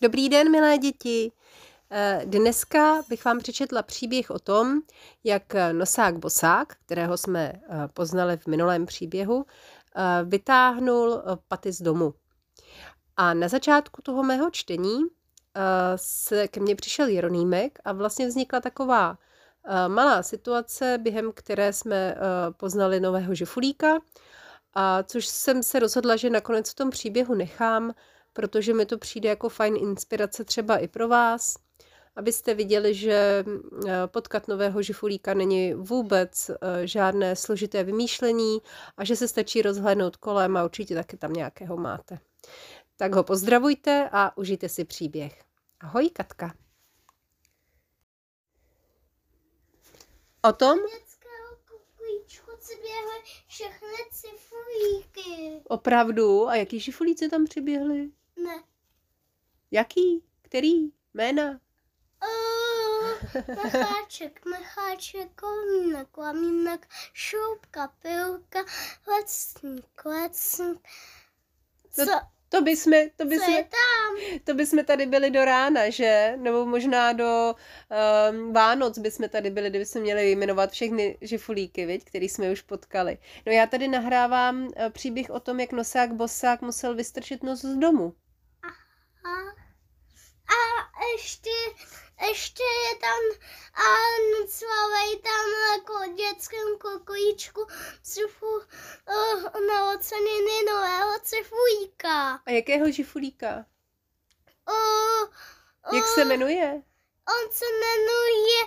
Dobrý den, milé děti. Dneska bych vám přečetla příběh o tom, jak nosák bosák, kterého jsme poznali v minulém příběhu, vytáhnul paty z domu. A na začátku toho mého čtení se ke mně přišel Jeronýmek a vlastně vznikla taková malá situace, během které jsme poznali nového žifulíka, což jsem se rozhodla, že nakonec v tom příběhu nechám, protože mi to přijde jako fajn inspirace třeba i pro vás, abyste viděli, že potkat nového žifulíka není vůbec žádné složité vymýšlení a že se stačí rozhlédnout kolem a určitě taky tam nějakého máte. Tak ho pozdravujte a užijte si příběh. Ahoj, Katka. O tom? Všechny žifulíky. Opravdu? A jaký žifulíci tam přiběhli? Ne. Jaký? Který? Jména? Mecháček, komínek, šoupka, pilka, klecník. To bychom tady byli do rána, že? Nebo možná do Vánoc bychom tady byli, kdybychom měli jmenovat všechny žifulíky, viď? Který jsme už potkali. No já tady nahrávám příběh o tom, jak nosák bosák musel vystrčit nos z domu. A ještě je tam a nocvávej tam jako dětském kokojíčku na ocenění nového žifulíka. A jakého žifulíka? Jak se jmenuje? On se jmenuje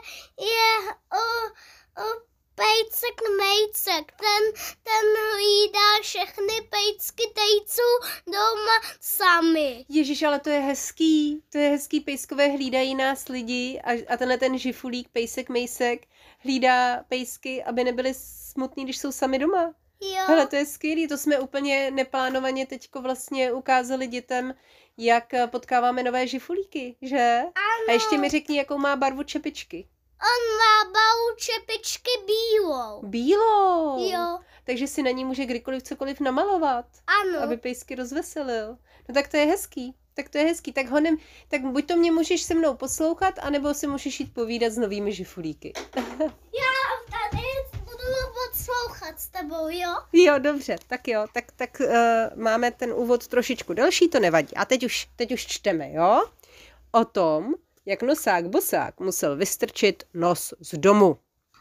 Pejcek Mejcek. Ten jídá všechny pejcky tejců doma sami. Ježiš, ale to je hezký. To je hezký, pejskové hlídají nás lidi a tenhle ten žifulík, Pejsek Mejsek, hlídá pejsky, aby nebyli smutní, když jsou sami doma. Jo. Hele, to je skvělý, to jsme úplně neplánovaně teďko vlastně ukázali dětem, jak potkáváme nové žifulíky, že? Ano. A ještě mi řekni, jakou má barvu čepičky. On má barvu čepičky bílou. Bílou? Jo. Takže si na ní může kdykoliv cokoliv namalovat. Ano. Aby pejsky rozveselil. No tak to je hezký. Tak tak buď to mě můžeš se mnou poslouchat, anebo si můžeš jít povídat s novými žifulíky. Já tady budu poslouchat s tebou, jo? Jo, dobře, tak jo, tak máme ten úvod trošičku delší, to nevadí. A teď už čteme, jo? O tom, jak nosák bosák musel vystrčit nos z domu.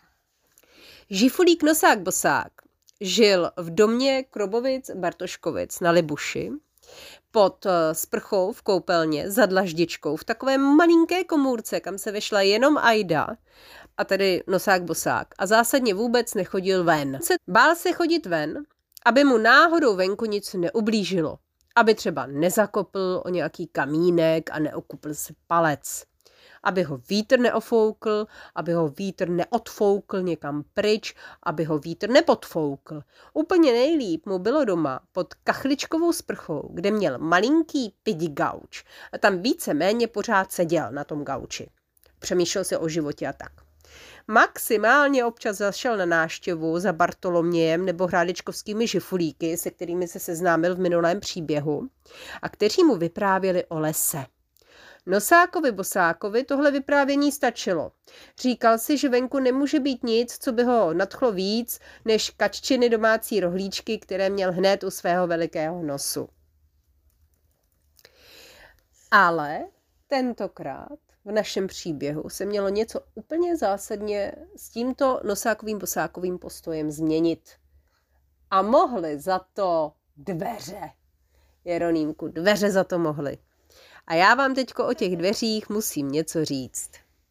Žifulík nosák bosák žil v domě Krobovic Bartoškovic na Libuši pod sprchou v koupelně za dlaždičkou v takové malinké komůrce, kam se vešla jenom Ajda a tedy nosák bosák a zásadně vůbec nechodil ven. Bál se chodit ven, aby mu náhodou venku nic neublížilo, aby třeba nezakopl o nějaký kamínek a neokupl si palec, aby ho vítr neofoukl, aby ho vítr neodfoukl někam pryč, aby ho vítr nepodfoukl. Úplně nejlíp mu bylo doma pod kachličkovou sprchou, kde měl malinký pidi gauč a tam víceméně pořád seděl na tom gauči. Přemýšlel se o životě a tak. Maximálně občas zašel na návštěvu za Bartolomějem nebo hrádečkovskými žifulíky, se kterými se seznámil v minulém příběhu a kteří mu vyprávěli o lese. Nosákovi bosákovi tohle vyprávění stačilo. Říkal si, že venku nemůže být nic, co by ho nadchlo víc, než kaččiny domácí rohlíčky, které měl hned u svého velikého nosu. Ale tentokrát v našem příběhu se mělo něco úplně zásadně s tímto nosákovým bosákovým postojem změnit. A mohly za to dveře. Jeronýmku, dveře za to mohly. A já vám teďko o těch dveřích musím něco říct.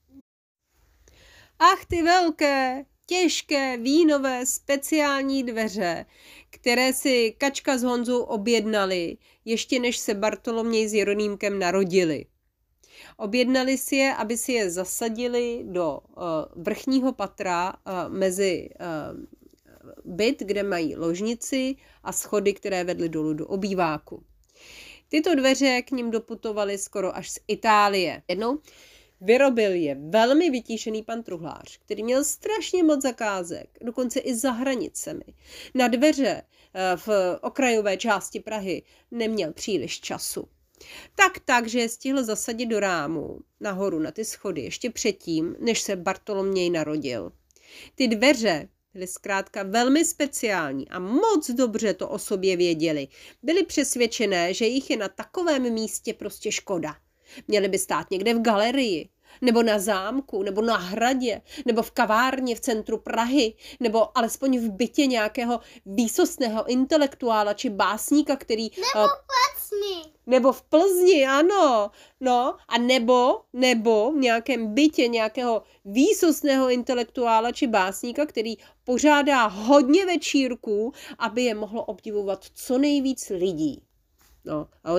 Ach, ty velké, těžké, vínové, speciální dveře, které si Kačka s Honzou objednali, ještě než se Bartoloměj s Jeronýmkem narodili. Objednali si je, aby si je zasadili do vrchního patra mezi byt, kde mají ložnici a schody, které vedly dolů do obýváku. Tyto dveře k ním doputovaly skoro až z Itálie. Jednou vyrobil je velmi vytíšený pan truhlář, který měl strašně moc zakázek, dokonce i za hranicemi. Na dveře v okrajové části Prahy neměl příliš času. Tak, že je stihl zasadit do rámu nahoru na ty schody ještě předtím, než se Bartoloměj narodil. Ty dveře byly zkrátka velmi speciální a moc dobře to o sobě věděli. Byli přesvědčené, že jich je na takovém místě prostě škoda. Měly by stát někde v galerii, nebo na zámku, nebo na hradě, nebo v kavárně v centru Prahy, nebo alespoň v bytě nějakého výsostného intelektuála či básníka, který... Nebo v Plzni. Nebo v Plzni, ano. No, a nebo v nějakém bytě nějakého výsostného intelektuála či básníka, který pořádá hodně večírků, aby je mohlo obdivovat co nejvíc lidí. No, a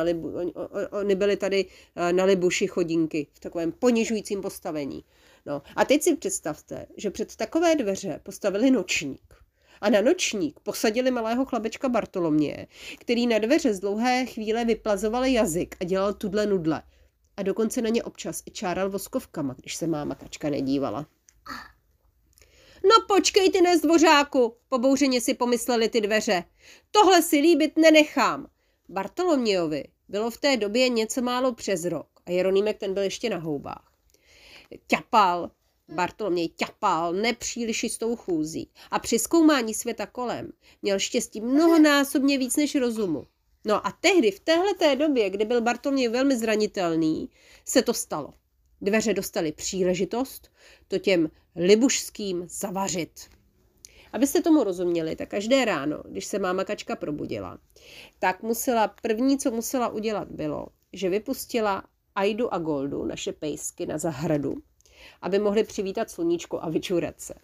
oni byli tady na Libuši chodinky v takovém ponižujícím postavení. No, a teď si představte, že před takové dveře postavili nočník. A na nočník posadili malého chlapečka Bartoloměje, který na dveře z dlouhé chvíle vyplazoval jazyk a dělal tudle nudle. A dokonce na ně občas i čáral voskovkama, když se máma Kačka nedívala. No počkej ty nezdvořáku, pobouřeně si pomysleli ty dveře. Tohle si líbit nenechám. Bartolomějovi bylo v té době něco málo přes rok a Jeronýmek ten byl ještě na houbách. Bartoloměj ťapal nepříliš jistou chůzí a při zkoumání světa kolem měl štěstí mnohonásobně víc než rozumu. No a tehdy, v téhleté době, kdy byl Bartoloměj velmi zranitelný, se to stalo. Dveře dostaly příležitost to těm libušským zavařit. Abyste tomu rozuměli, tak každé ráno, když se máma Kačka probudila, tak první, co musela udělat, bylo, že vypustila Ajdu a Goldu, naše pejsky, na zahradu, aby mohli přivítat sluníčko a vyčurat se.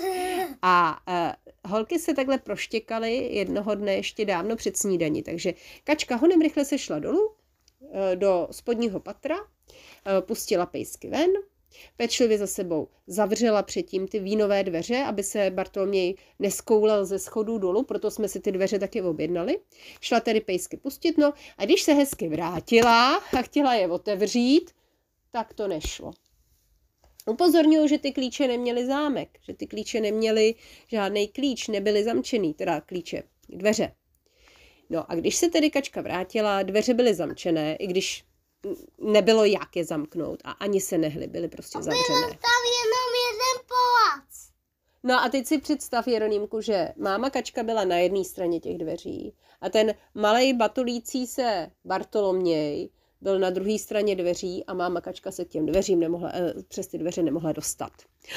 A holky se takhle proštěkaly jednoho dne ještě dávno před snídaní, takže Kačka honem rychle se šla dolů do spodního patra, pustila pejsky ven, pečlivě za sebou zavřela předtím ty vínové dveře, aby se Bartoloměj neskoulel ze schodů dolů, proto jsme si ty dveře taky objednali. Šla tedy pejsky pustit, no a když se hezky vrátila a chtěla je otevřít, tak to nešlo. Upozorňuji, že ty klíče neměly zámek, že ty klíče neměly žádný klíč, nebyly zamčený, teda klíče, dveře. No a když se tedy Kačka vrátila, dveře byly zamčené, i když nebylo jak je zamknout a ani se nehly, byly prostě zavřené. Byl tam jenom jeden palác. No a teď si představ, Jeronýmku, že máma Kačka byla na jedné straně těch dveří a ten malej batulící se Bartoloměj byl na druhé straně dveří a máma Kačka se k těm dveřím přes ty dveře nemohla dostat.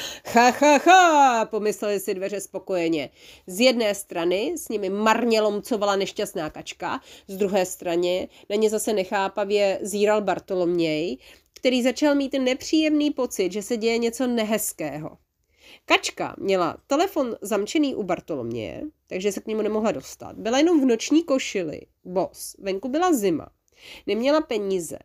Pomysleli si dveře spokojeně. Z jedné strany s nimi marně lomcovala nešťastná Kačka, z druhé strany na ně zase nechápavě zíral Bartoloměj, který začal mít nepříjemný pocit, že se děje něco nehezkého. Kačka měla telefon zamčený u Bartoloměje, takže se k němu nemohla dostat. Byla jenom v noční košili, bos, venku byla zima. Neměla peníze,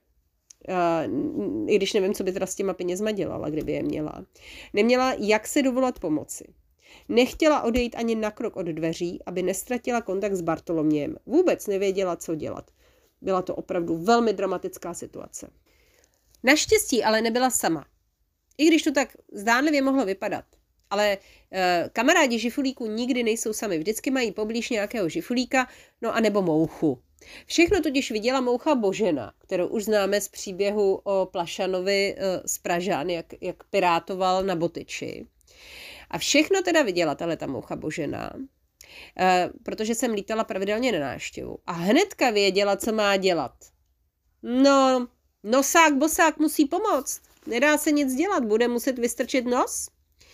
i když nevím, co by teda s těma penězma dělala, kdyby je měla. Neměla jak se dovolat pomoci. Nechtěla odejít ani na krok od dveří, aby nestratila kontakt s Bartolomějem. Vůbec nevěděla, co dělat. Byla to opravdu velmi dramatická situace. Naštěstí ale nebyla sama. I když to tak zdánlivě mohlo vypadat. Ale kamarádi žifulíků nikdy nejsou sami. Vždycky mají poblíž nějakého žifulíka, no a nebo mouchu. Všechno totiž viděla moucha Božena, kterou už známe z příběhu o Plašanovi z Pražan, jak pirátoval na Botyči. A všechno teda viděla ta moucha Božena, protože jsem lítala pravidelně na návštěvu. A hnedka věděla, co má dělat. No, nosák, bosák musí pomoct. Nedá se nic dělat, bude muset vystrčit nos.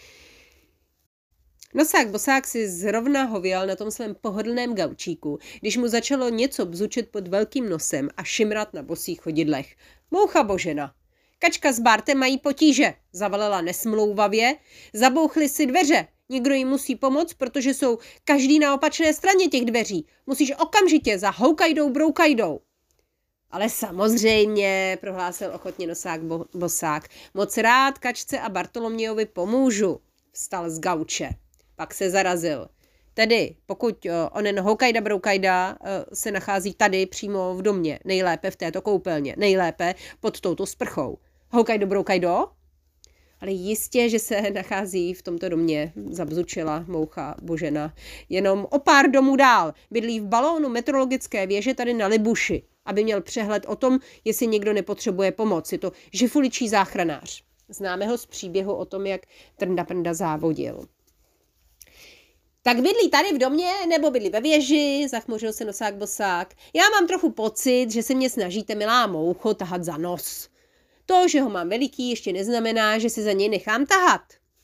Nosák bosák si zrovna hověl na tom svém pohodlném gaučíku, když mu začalo něco bzučet pod velkým nosem a šimrat na bosých chodidlech. Moucha Božena. Kačka s Bártem mají potíže, zavalila nesmlouvavě. Zabouchly si dveře. Někdo jim musí pomoct, protože jsou každý na opačné straně těch dveří. Musíš okamžitě za houkajdou broukajdou. Ale samozřejmě, prohlásil ochotně nosák bosák, moc rád Kačce a Bartolomějovi pomůžu. Vstal z gauče. Pak se zarazil. Tedy, pokud onen houkajda broukajda se nachází tady přímo v domě, nejlépe v této koupelně, nejlépe pod touto sprchou. Houkajdo broukajdo? Ale jistě, že se nachází v tomto domě, zabzučila moucha Božena. Jenom o pár domů dál. Bydlí v balónu meteorologické věže tady na Libuši. aby měl přehled o tom, jestli někdo nepotřebuje pomoc. Je to žifuličí záchranář. Známe ho z příběhu o tom, jak Trnda Prnda závodil. Tak bydlí tady v domě, nebo bydlí ve věži, zachmuřil se Nosák Bosák. Já mám trochu pocit, že se mě snažíte, milá moucho, tahat za nos. To, že ho mám veliký, ještě neznamená, že si za něj nechám tahat.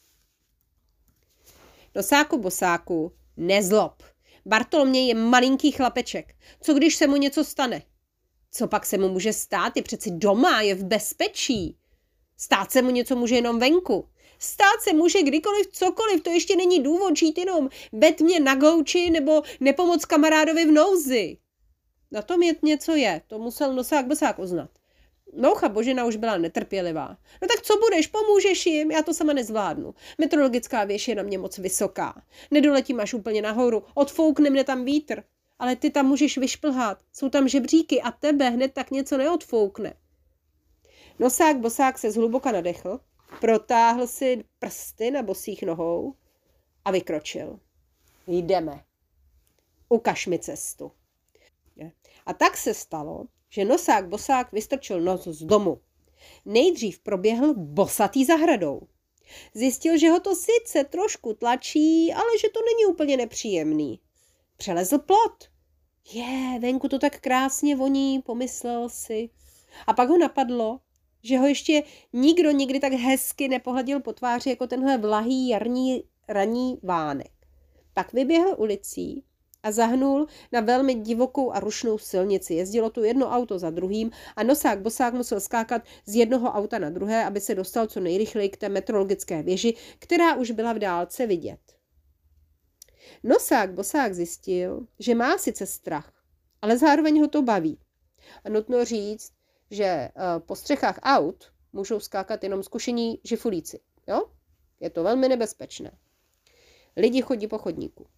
Nosáku Bosáku, nezlob. Bartoloměj je malinký chlapeček. Co když se mu něco stane? Co pak se mu může stát? Je přeci doma, je v bezpečí. Stát se mu něco může jenom venku. Stát se může kdykoliv, cokoliv, to ještě není důvod žít jenom ve tmě na gauči nebo nepomoc kamarádovi v nouzi. Na tom něco je, to musel Nosák Bosák uznat. Moucha Božena už byla netrpělivá. No tak co budeš, pomůžeš jim, já to sama nezvládnu. Meteorologická věž je na mě moc vysoká. Nedoletím až úplně nahoru, odfoukne mne tam vítr. Ale ty tam můžeš vyšplhat, jsou tam žebříky a tebe hned tak něco neodfoukne. Nosák Bosák se zhluboka nadechl, protáhl si prsty na bosých nohou a vykročil. Jdeme. Ukaž mi cestu. A tak se stalo, že Nosák Bosák vystrčil nos z domu. Nejdřív proběhl bosatý zahradou. Zjistil, že ho to sice trošku tlačí, ale že to není úplně nepříjemný. Přelezl plot. Venku to tak krásně voní, pomyslel si. A pak ho napadlo, že ho ještě nikdo nikdy tak hezky nepohladil po tváři jako tenhle vlahý jarní ranní vánek. Pak vyběhl ulicí a zahnul na velmi divokou a rušnou silnici. Jezdilo tu jedno auto za druhým a Nosák Bosák musel skákat z jednoho auta na druhé, aby se dostal co nejrychleji k té meteorologické věži, která už byla v dálce vidět. Nosák Bosák zjistil, že má sice strach, ale zároveň ho to baví. A nutno říct, že po střechách aut můžou skákat jenom zkušení žifulíci. Jo? Je to velmi nebezpečné. Lidi chodí po chodníku.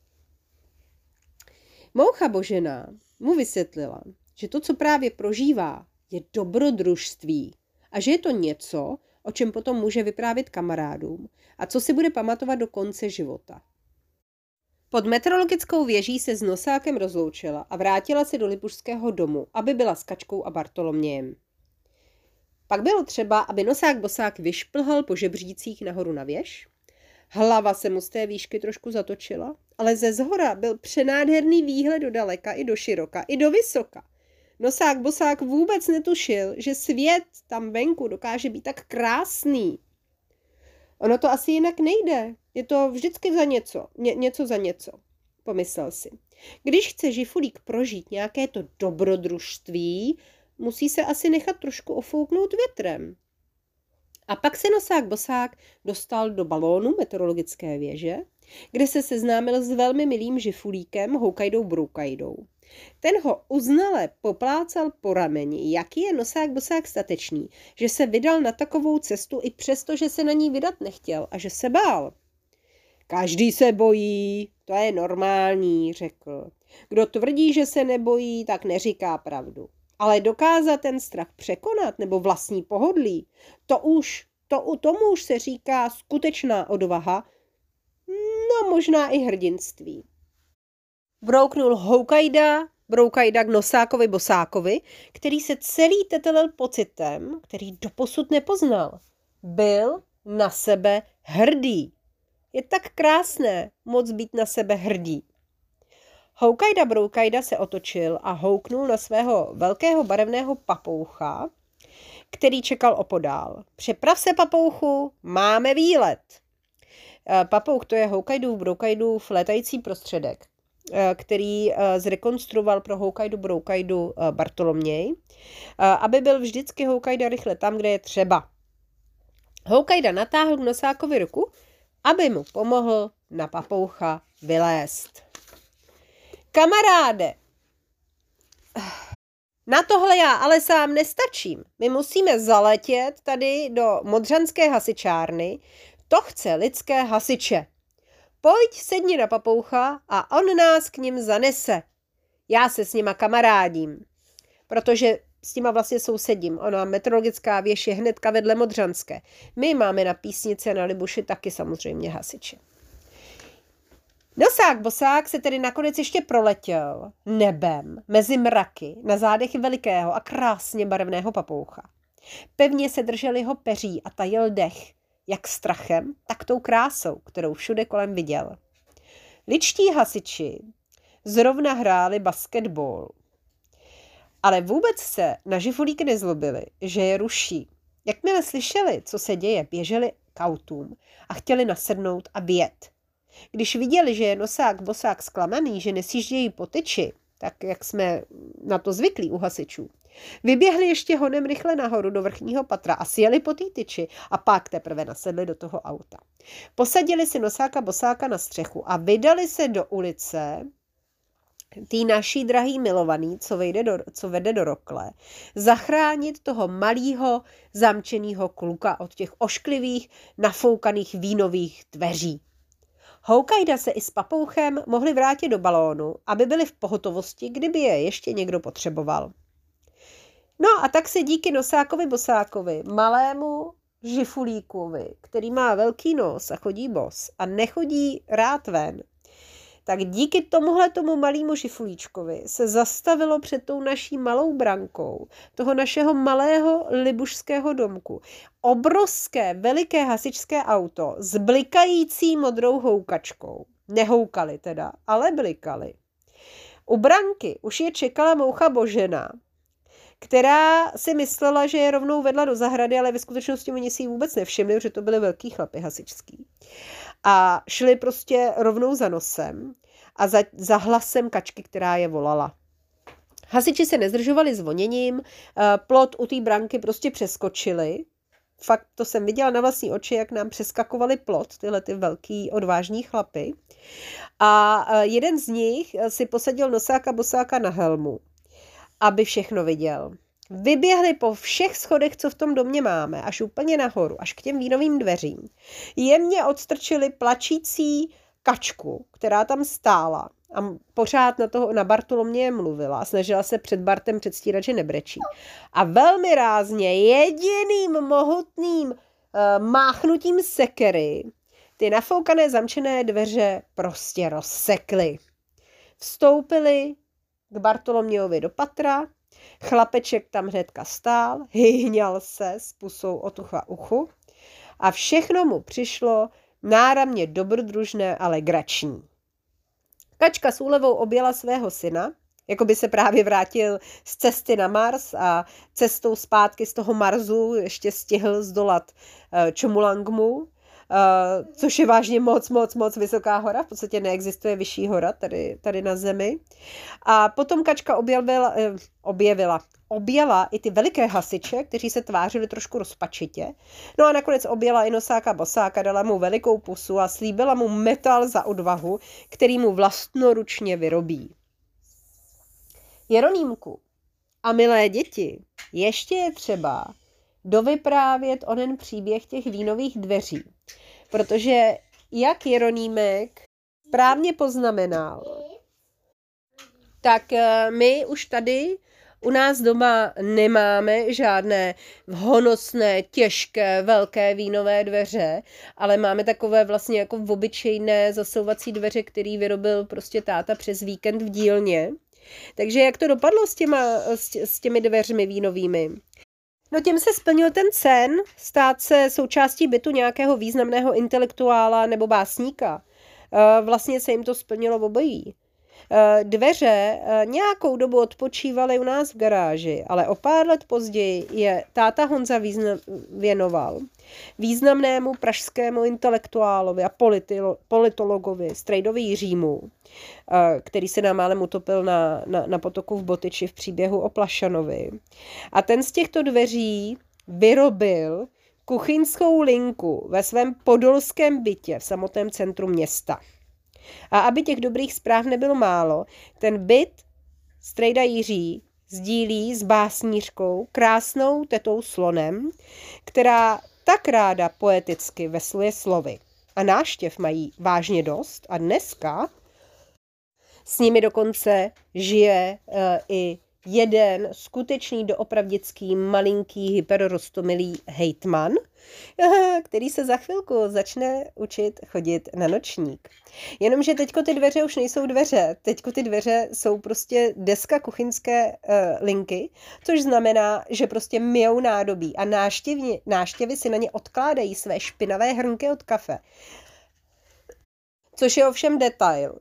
Moucha Božena mu vysvětlila, že to, co právě prožívá, je dobrodružství a že je to něco, o čem potom může vyprávět kamarádům a co si bude pamatovat do konce života. Pod meteorologickou věží se s Nosákem rozloučila a vrátila se do Libušského domu, aby byla s Kačkou a Bartolomějem. Pak bylo třeba, aby Nosák Bosák vyšplhal po žebřících nahoru na věž. Hlava se mu z té výšky trošku zatočila, ale ze zhora byl přenádherný výhled do daleka i do široka, i do vysoka. Nosák Bosák vůbec netušil, že svět tam venku dokáže být tak krásný. Ono to asi jinak nejde. Je to vždycky za něco, něco za něco, pomyslel si. Když chce žifulík prožít nějaké to dobrodružství, musí se asi nechat trošku ofouknout větrem. A pak se Nosák Bosák dostal do balónu meteorologické věže, kde se seznámil s velmi milým žifulíkem Houkajdou Broukajdou. Ten ho uznale poplácal po rameni, jaký je Nosák Bosák statečný, že se vydal na takovou cestu i přesto, že se na ní vydat nechtěl a že se bál. Každý se bojí, to je normální, řekl. Kdo tvrdí, že se nebojí, tak neříká pravdu. Ale dokázat ten strach překonat nebo vlastní pohodlí, tomu už se říká skutečná odvaha, no možná i hrdinství. Brouknul Houkajda Broukajda k Nosákovi Bosákovi, který se celý tetelel pocitem, který doposud nepoznal. Byl na sebe hrdý. Je tak krásné moc být na sebe hrdý. Houkajda Broukajda se otočil a houknul na svého velkého barevného papoucha, který čekal opodál. Přeprav se, papouchu, máme výlet. Papouch, to je Houkajdův Broukajdův létající prostředek, který zrekonstruoval pro Houkajdu Broukajdu Bartoloměj, aby byl vždycky Houkajda rychle tam, kde je třeba. Houkajda natáhl k Nosákovi ruku, aby mu pomohl na papoucha vylézt. Kamaráde, na tohle já ale sám nestačím. My musíme zaletět tady do modřanské hasičárny. To chce lidské hasiče. Pojď, sedni na papoucha a on nás k nim zanese. Já se s nima kamarádím, protože s nima vlastně sousedím. Ona meteorologická věž je hnedka vedle modřanské. My máme na Písnici a na Libuši taky samozřejmě hasiče. Nosák Bosák se tedy nakonec ještě proletěl nebem mezi mraky na zádech velikého a krásně barevného papoucha. Pevně se držel jeho peří a tajil dech, jak strachem, tak tou krásou, kterou všude kolem viděl. Ličtí hasiči zrovna hráli basketball, ale vůbec se na žifulíky nezlobili, že je ruší. Jakmile slyšeli, co se děje, běželi k autům a chtěli nasednout a vyjet. Když viděli, že je Nosák Bosák zklamaný, že nesjíždějí po tyči, tak jak jsme na to zvyklí u hasičů, vyběhli ještě honem rychle nahoru do vrchního patra a sjeli po té tyči a pak teprve nasedli do toho auta. Posadili si Nosáka Bosáka na střechu a vydali se do ulice, tý naší drahý milovaný, co vede do rokle, zachránit toho malého zamčeného kluka od těch ošklivých, nafoukaných vínových dveří. Houkajda se i s papouchem mohli vrátit do balónu, aby byli v pohotovosti, kdyby je ještě někdo potřeboval. No a tak se díky Nosákovi Bosákovi, malému žifulíkovi, který má velký nos a chodí bos a nechodí rád ven, tak díky tomu malému žifulíčkovi se zastavilo před tou naší malou brankou toho našeho malého libušského domku obrovské, veliké hasičské auto s blikající modrou houkačkou. Nehoukali teda, ale blikali. U branky už je čekala moucha Božena, která si myslela, že je rovnou vedla do zahrady, ale ve skutečnosti oni si ji vůbec nevšimli, protože to byly velký chlapy hasičský. A šli prostě rovnou za nosem a za hlasem kačky, která je volala. Hasiči se nezdržovali zvoněním, plot u té branky prostě přeskočili. Fakt to jsem viděla na vlastní oči, jak nám přeskakovali plot, tyhle ty velký odvážní chlapy. A jeden z nich si posadil Nosáka Bosáka na helmu, aby všechno viděl. Vyběhli po všech schodech, co v tom domě máme, až úplně nahoru, až k těm vínovým dveřím. Jemně odstrčili plačící kačku, která tam stála a pořád na Bartoloměje mluvila a snažila se před Bartem předstírat, že nebrečí. A velmi rázně jediným mohutným máchnutím sekery ty nafoukané zamčené dveře prostě rozsekly. Vstoupili k Bartolomějovi do patra, chlapeček tam hnedka stál, hyhňal se s pusou od ucha uchu a všechno mu přišlo náramně dobrodružné a legrační. Kačka s úlevou objela svého syna, jako by se právě vrátil z cesty na Mars a cestou zpátky z toho Marsu ještě stihl zdolat Čomulangmu, což je vážně moc vysoká hora, v podstatě neexistuje vyšší hora tady na Zemi. A potom kačka objela i ty veliké hasiče, kteří se tvářili trošku rozpačitě. No a nakonec objela i Nosáka Bosáka, dala mu velikou pusu a slíbila mu metal za odvahu, který mu vlastnoručně vyrobí. Jeronýmku a milé děti, ještě je třeba dovyprávět onen příběh těch vínových dveří. Protože jak Jeronýmek správně poznamenal, tak my už tady u nás doma nemáme žádné honosné, těžké, velké vínové dveře, ale máme takové vlastně jako obyčejné zasouvací dveře, který vyrobil prostě táta přes víkend v dílně. Takže jak to dopadlo s těmi dveřmi vínovými? No tím se splnil ten sen stát se součástí bytu nějakého významného intelektuála nebo básníka. Vlastně se jim to splnilo obojí. Dveře nějakou dobu odpočívaly u nás v garáži, ale o pár let později je táta Honza věnoval významnému pražskému intelektuálovi a politologovi Strejdovi Jiřímu, který se nám málem utopil na potoku v Botyči v příběhu o Plašanovi. A ten z těchto dveří vyrobil kuchyňskou linku ve svém podolském bytě v samotném centru města. A aby těch dobrých zpráv nebylo málo, ten byt Strejda Jiří sdílí s básnířkou krásnou tetou Slonem, která tak ráda poeticky vesluje slovy. A návštěv mají vážně dost a dneska s nimi dokonce žije i jeden skutečný doopravdický malinký hyperrostomilý hejtman, který se za chvilku začne učit chodit na nočník. Jenomže teďko ty dveře už nejsou dveře, teďko ty dveře jsou prostě deska kuchyňské linky, což znamená, že prostě myjou nádobí a návštěvy si na ně odkládají své špinavé hrnky od kafe. Což je ovšem detail,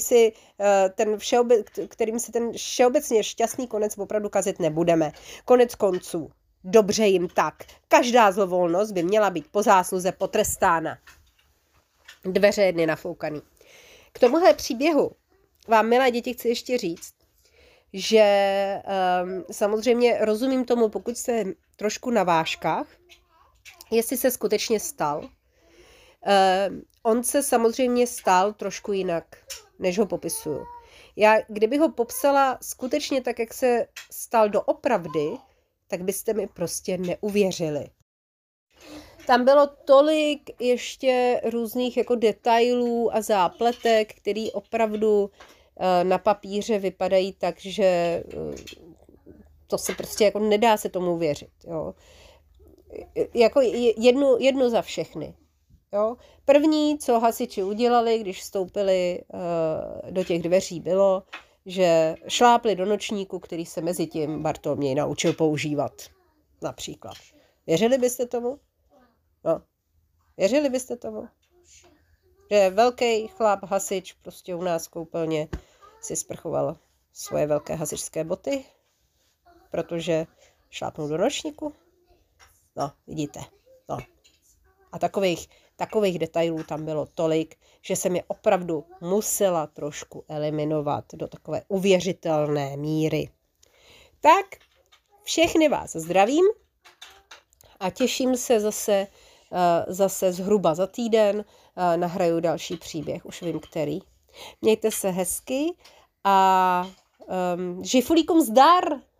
kterým si ten všeobecně šťastný konec opravdu kazit nebudeme. Konec konců, dobře jim tak. Každá zlovolnost by měla být po zásluze potrestána. Dveře jedny nafoukaný. K tomuhle příběhu vám, milé děti, chci ještě říct, že samozřejmě rozumím tomu, pokud jste trošku na vážkách, jestli se skutečně stal. On se samozřejmě stal trošku jinak, než ho popisuju. Já, kdybych ho popsala skutečně tak, jak se stal doopravdy, tak byste mi prostě neuvěřili. Tam bylo tolik ještě různých jako detailů a zápletek, který opravdu na papíře vypadají tak, že to se prostě jako nedá se tomu věřit. Jo. Jako jednu za všechny. Jo. První, co hasiči udělali, když vstoupili do těch dveří, bylo, že šlápli do nočníku, který se mezi tím Bartoloměj naučil používat. Například. Věřili byste tomu? No. Věřili byste tomu? Že velký chlap hasič prostě u nás v koupelně si sprchoval svoje velké hasičské boty, protože šlápnul do nočníku? No, vidíte. No. A takových detailů tam bylo tolik, že jsem je opravdu musela trošku eliminovat do takové uvěřitelné míry. Tak, všechny vás zdravím a těším se zase zhruba za týden. Nahraju další příběh, už vím který. Mějte se hezky a žifulíkům zdar!